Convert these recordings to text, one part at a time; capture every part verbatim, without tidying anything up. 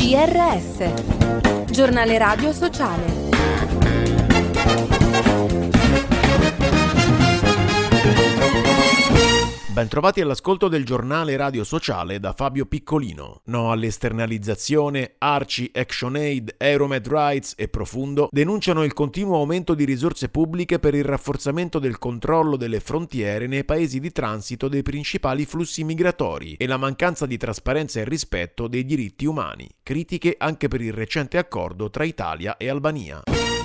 G R S, giornale radio sociale. Bentrovati all'ascolto del giornale radio sociale da Fabio Piccolino. No all'esternalizzazione, Arci, ActionAid, Euromed Rights e Profundo denunciano il continuo aumento di risorse pubbliche per il rafforzamento del controllo delle frontiere nei paesi di transito dei principali flussi migratori e la mancanza di trasparenza e rispetto dei diritti umani. Critiche anche per il recente accordo tra Italia e Albania.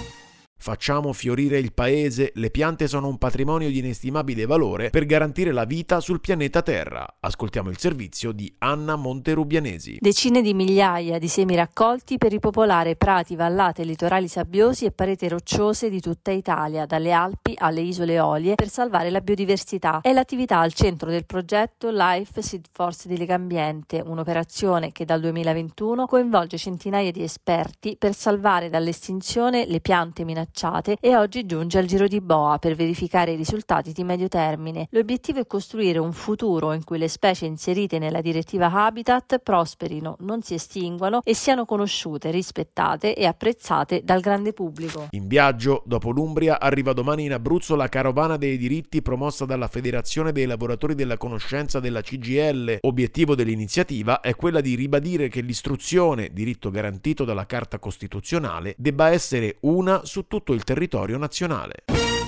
Facciamo fiorire il paese, le piante sono un patrimonio di inestimabile valore per garantire la vita sul pianeta Terra. Ascoltiamo il servizio di Anna Monterubianesi. Decine di migliaia di semi raccolti per ripopolare prati, vallate, litorali sabbiosi e pareti rocciose di tutta Italia, dalle Alpi alle isole Eolie, per salvare la biodiversità. È l'attività al centro del progetto Life Seed Force di Legambiente, un'operazione che dal duemilaventuno coinvolge centinaia di esperti per salvare dall'estinzione le piante minacciate e oggi giunge al giro di boa per verificare i risultati di medio termine. L'obiettivo è costruire un futuro in cui le specie inserite nella direttiva Habitat prosperino, non si estinguano e siano conosciute, rispettate e apprezzate dal grande pubblico. In viaggio, dopo l'Umbria, arriva domani in Abruzzo la carovana dei diritti promossa dalla Federazione dei Lavoratori della Conoscenza della C G I L. Obiettivo dell'iniziativa è quella di ribadire che l'istruzione, diritto garantito dalla Carta Costituzionale, debba essere una su tutto il territorio nazionale.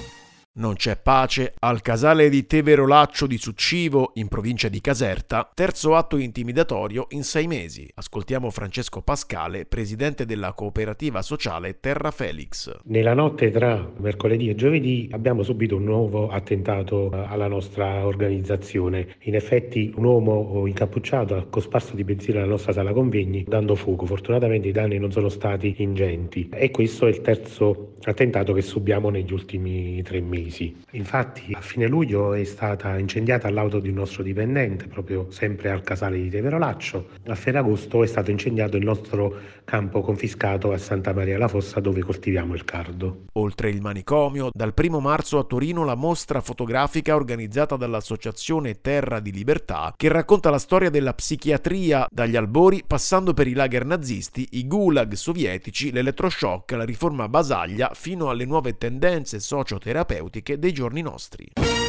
Non c'è pace al casale di Teverolaccio di Succivo, in provincia di Caserta, terzo atto intimidatorio in sei mesi. Ascoltiamo Francesco Pascale, presidente della cooperativa sociale Terra Felix. Nella notte tra mercoledì e giovedì abbiamo subito un nuovo attentato alla nostra organizzazione. In effetti un uomo incappucciato ha cosparso di benzina la nostra sala convegni dando fuoco. Fortunatamente i danni non sono stati ingenti e questo è il terzo attentato che subiamo negli ultimi tre mesi. Infatti a fine luglio è stata incendiata l'auto di un nostro dipendente proprio sempre al casale di Teverolaccio. A Ferragosto è stato incendiato il nostro campo confiscato a Santa Maria la Fossa dove coltiviamo il cardo. Oltre il manicomio, dal primo marzo a Torino la mostra fotografica organizzata dall'associazione Terra di Libertà che racconta la storia della psichiatria dagli albori passando per i lager nazisti, i gulag sovietici, l'elettroshock, la riforma Basaglia fino alle nuove tendenze socioterapeutiche dei giorni nostri.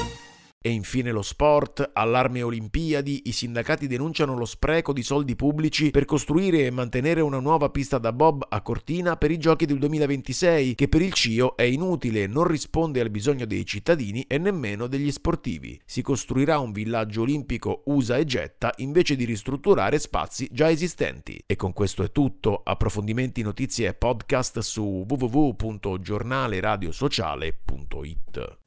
E infine lo sport, allarme Olimpiadi, i sindacati denunciano lo spreco di soldi pubblici per costruire e mantenere una nuova pista da bob a Cortina per i giochi del duemilaventisei, che per il C I O è inutile e non risponde al bisogno dei cittadini e nemmeno degli sportivi. Si costruirà un villaggio olimpico usa e getta invece di ristrutturare spazi già esistenti. E con questo è tutto. Approfondimenti, notizie e podcast su w w w punto giornale radio sociale punto i t.